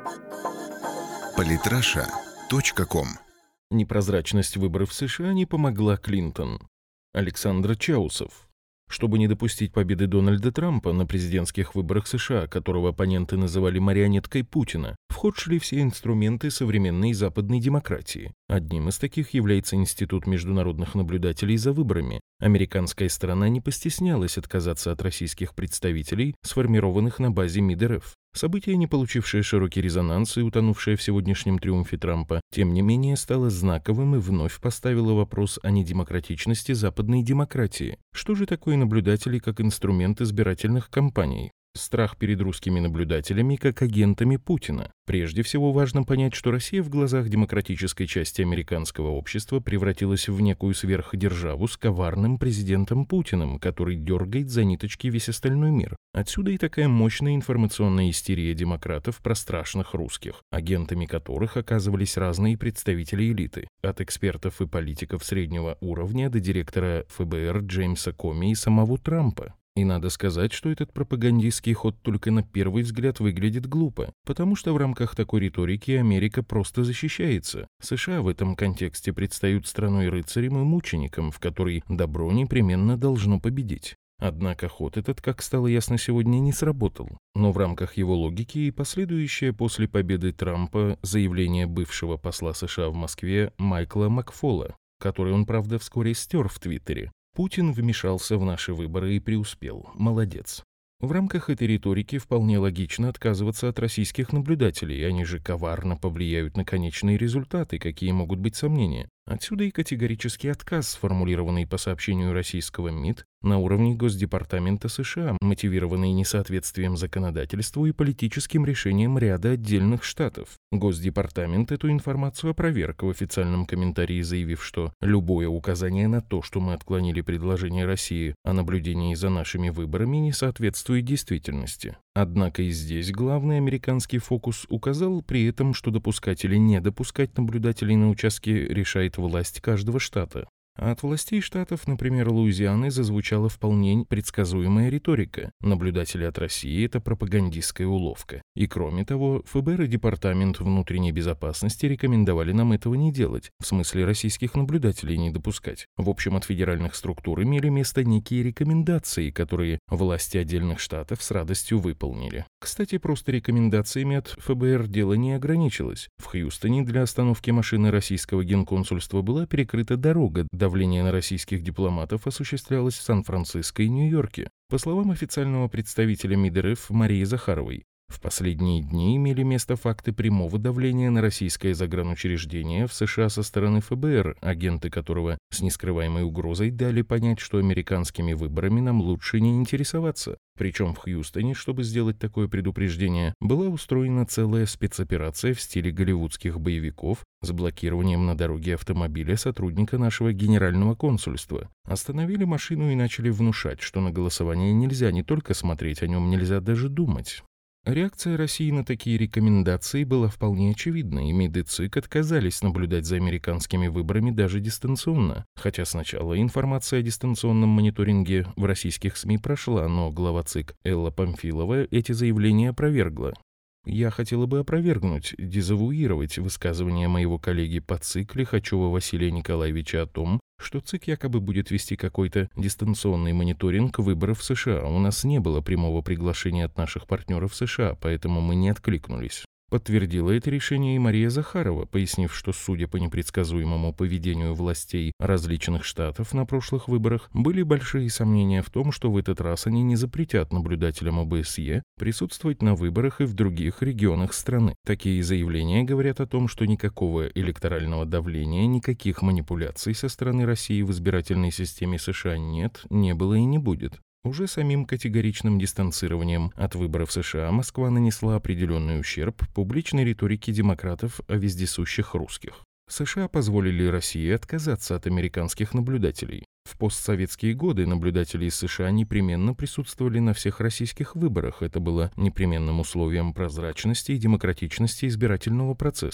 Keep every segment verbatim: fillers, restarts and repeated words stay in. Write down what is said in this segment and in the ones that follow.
политраша точка ком. Непрозрачность выборов в США не помогла Клинтон. Александр Чаусов. Чтобы не допустить победы Дональда Трампа на президентских выборах США, которого оппоненты называли марионеткой Путина, в ход шли все инструменты современной западной демократии. Одним из таких является Институт международных наблюдателей за выборами. Американская сторона не постеснялась отказаться от российских представителей, сформированных на базе МИД эр эф. Событие, не получившее широкий резонанс и утонувшее в сегодняшнем триумфе Трампа, тем не менее стало знаковым и вновь поставило вопрос о недемократичности западной демократии. Что же такое наблюдатели как инструмент избирательных кампаний? Страх перед русскими наблюдателями как агентами Путина. Прежде всего важно понять, что Россия в глазах демократической части американского общества превратилась в некую сверхдержаву с коварным президентом Путиным, который дергает за ниточки весь остальной мир. Отсюда и такая мощная информационная истерия демократов про страшных русских, агентами которых оказывались разные представители элиты, от экспертов и политиков среднего уровня до директора эф бэ эр Джеймса Коми и самого Трампа. И надо сказать, что этот пропагандистский ход только на первый взгляд выглядит глупо, потому что в рамках такой риторики Америка просто защищается. США в этом контексте предстают страной-рыцарем и мучеником, в которой добро непременно должно победить. Однако ход этот, как стало ясно сегодня, не сработал. Но в рамках его логики и последующее после победы Трампа заявление бывшего посла США в Москве Майкла Макфола, который он, правда, вскоре стер в Твиттере. Путин вмешался в наши выборы и преуспел. Молодец. В рамках этой риторики вполне логично отказываться от российских наблюдателей, они же коварно повлияют на конечные результаты, какие могут быть сомнения. Отсюда и категорический отказ, сформулированный по сообщению российского МИД на уровне Госдепартамента США, мотивированный несоответствием законодательству и политическим решениям ряда отдельных штатов. Госдепартамент эту информацию опроверг в официальном комментарии, заявив, что любое указание на то, что мы отклонили предложение России о наблюдении за нашими выборами, не соответствует действительности. Однако и здесь главный американский фокус указал при этом, что допускать или не допускать наблюдателей на участке решает власть каждого штата. А от властей штатов, например, Луизианы, зазвучала вполне предсказуемая риторика. Наблюдатели от России – это пропагандистская уловка. И кроме того, эф бэ эр и Департамент внутренней безопасности рекомендовали нам этого не делать, в смысле российских наблюдателей не допускать. В общем, от федеральных структур имели место некие рекомендации, которые власти отдельных штатов с радостью выполнили. Кстати, просто рекомендациями от эф бэ эр дело не ограничилось. В Хьюстоне для остановки машины российского генконсульства была перекрыта дорога. Давление на российских дипломатов осуществлялось в Сан-Франциско и Нью-Йорке. По словам официального представителя МИД эр эф Марии Захаровой, в последние дни имели место факты прямого давления на российское загранучреждение в США со стороны эф бэ эр, агенты которого с нескрываемой угрозой дали понять, что американскими выборами нам лучше не интересоваться. Причем в Хьюстоне, чтобы сделать такое предупреждение, была устроена целая спецоперация в стиле голливудских боевиков с блокированием на дороге автомобиля сотрудника нашего генерального консульства. Остановили машину и начали внушать, что на голосование нельзя не только смотреть, о нем нельзя даже думать. Реакция России на такие рекомендации была вполне очевидна, и МИД и ЦИК отказались наблюдать за американскими выборами даже дистанционно. Хотя сначала информация о дистанционном мониторинге в российских СМИ прошла, но глава ЦИК Элла Памфилова эти заявления опровергла. Я хотела бы опровергнуть, дезавуировать высказывание моего коллеги по ЦИК Лихачева Василия Николаевича о том, что ЦИК якобы будет вести какой-то дистанционный мониторинг выборов в США. У нас не было прямого приглашения от наших партнеров в США, поэтому мы не откликнулись. Подтвердила это решение и Мария Захарова, пояснив, что, судя по непредсказуемому поведению властей различных штатов на прошлых выборах, были большие сомнения в том, что в этот раз они не запретят наблюдателям о бэ эс е присутствовать на выборах и в других регионах страны. Такие заявления говорят о том, что никакого электорального давления, никаких манипуляций со стороны России в избирательной системе США нет, не было и не будет. Уже самим категоричным дистанцированием от выборов США Москва нанесла определенный ущерб публичной риторике демократов о вездесущих русских. США позволили России отказаться от американских наблюдателей. В постсоветские годы наблюдатели из США непременно присутствовали на всех российских выборах. Это было непременным условием прозрачности и демократичности избирательного процесса.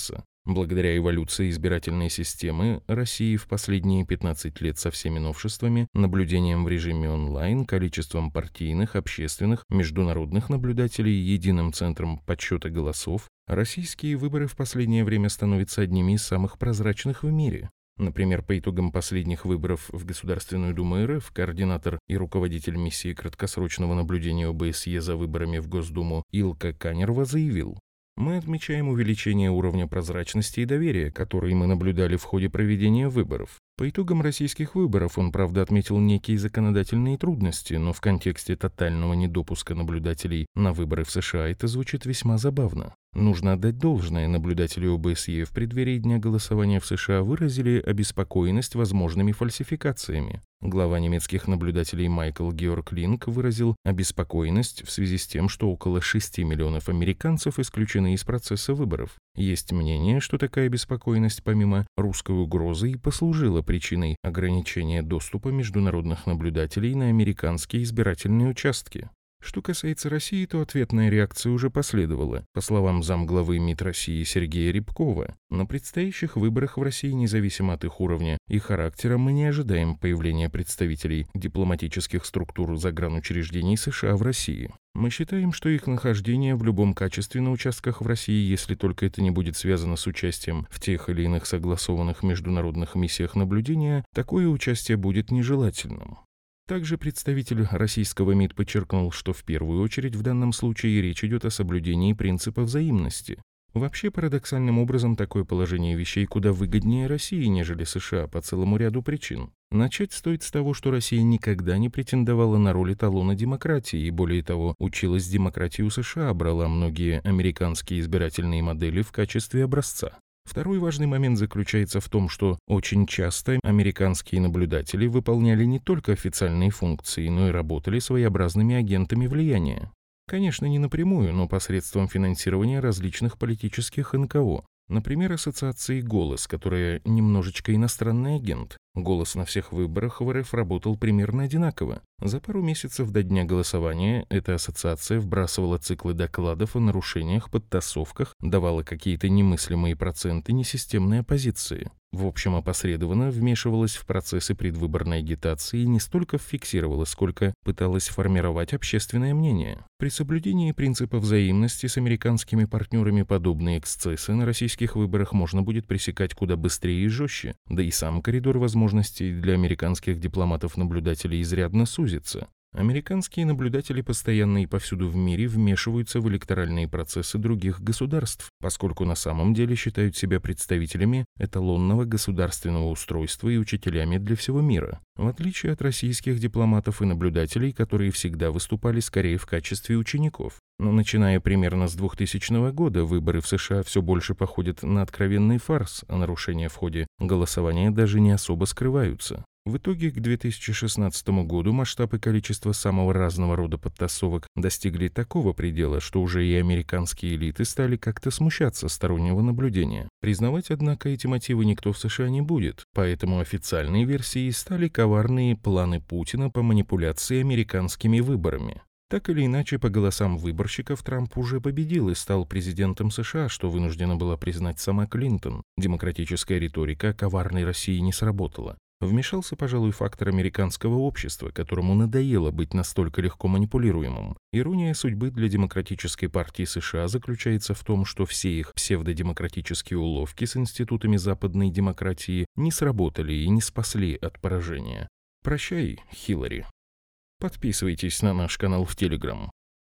Благодаря эволюции избирательной системы России в последние пятнадцать лет со всеми новшествами, наблюдением в режиме онлайн, количеством партийных, общественных, международных наблюдателей, единым центром подсчета голосов, российские выборы в последнее время становятся одними из самых прозрачных в мире. Например, по итогам последних выборов в Государственную Думу эр эф координатор и руководитель миссии краткосрочного наблюдения о бэ эс е за выборами в Госдуму Илка Канерва заявил: «Мы отмечаем увеличение уровня прозрачности и доверия, который мы наблюдали в ходе проведения выборов. По итогам российских выборов он, правда, отметил некие законодательные трудности, но в контексте тотального недопуска наблюдателей на выборы в США это звучит весьма забавно. Нужно отдать должное, наблюдатели о бэ эс е в преддверии дня голосования в США выразили обеспокоенность возможными фальсификациями. Глава немецких наблюдателей Майкл Георг Линк выразил обеспокоенность в связи с тем, что около шести миллионов американцев исключены из процесса выборов. Есть мнение, что такая беспокойность помимо русской угрозы и послужила причиной ограничения доступа международных наблюдателей на американские избирательные участки». Что касается России, то ответная реакция уже последовала. По словам замглавы МИД России Сергея Рябкова, на предстоящих выборах в России, независимо от их уровня и характера, мы не ожидаем появления представителей дипломатических структур загранучреждений США в России. Мы считаем, что их нахождение в любом качестве на участках в России, если только это не будет связано с участием в тех или иных согласованных международных миссиях наблюдения, такое участие будет нежелательным. Также представитель российского МИД подчеркнул, что в первую очередь в данном случае речь идет о соблюдении принципа взаимности. Вообще, парадоксальным образом, такое положение вещей куда выгоднее России, нежели США, по целому ряду причин. Начать стоит с того, что Россия никогда не претендовала на роль эталона демократии и, более того, училась демократии у США, брала многие американские избирательные модели в качестве образца. Второй важный момент заключается в том, что очень часто американские наблюдатели выполняли не только официальные функции, но и работали своеобразными агентами влияния. Конечно, не напрямую, но посредством финансирования различных политических эн ка о. Например, ассоциации «Голос», которая немножечко иностранный агент. «Голос» на всех выборах в эр эф работал примерно одинаково. За пару месяцев до дня голосования эта ассоциация вбрасывала циклы докладов о нарушениях, подтасовках, давала какие-то немыслимые проценты несистемной оппозиции. В общем, опосредованно вмешивалась в процессы предвыборной агитации и не столько фиксировала, сколько пыталась формировать общественное мнение. При соблюдении принципа взаимности с американскими партнерами подобные эксцессы на российских выборах можно будет пресекать куда быстрее и жестче, да и сам коридор возможностей для американских дипломатов-наблюдателей изрядно сузится. Американские наблюдатели постоянно и повсюду в мире вмешиваются в электоральные процессы других государств, поскольку на самом деле считают себя представителями эталонного государственного устройства и учителями для всего мира, в отличие от российских дипломатов и наблюдателей, которые всегда выступали скорее в качестве учеников. Но начиная примерно с двухтысячного года выборы в США все больше походят на откровенный фарс, а нарушения в ходе голосования даже не особо скрываются. В итоге к две тысячи шестнадцатому году масштаб и количество самого разного рода подтасовок достигли такого предела, что уже и американские элиты стали как-то смущаться стороннего наблюдения. Признавать, однако, эти мотивы никто в США не будет, поэтому официальной версией стали коварные планы Путина по манипуляции американскими выборами. Так или иначе, по голосам выборщиков Трамп уже победил и стал президентом США, что вынуждена была признать сама Клинтон. Демократическая риторика о коварной России не сработала. Вмешался, пожалуй, фактор американского общества, которому надоело быть настолько легко манипулируемым. Ирония судьбы для Демократической партии США заключается в том, что все их псевдодемократические уловки с институтами западной демократии не сработали и не спасли от поражения. Прощай, Хиллари. Подписывайтесь на наш канал в Телеграм.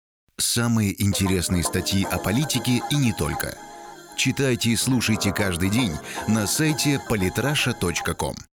Самые интересные статьи о политике и не только. Читайте и слушайте каждый день на сайте политраша точка ком.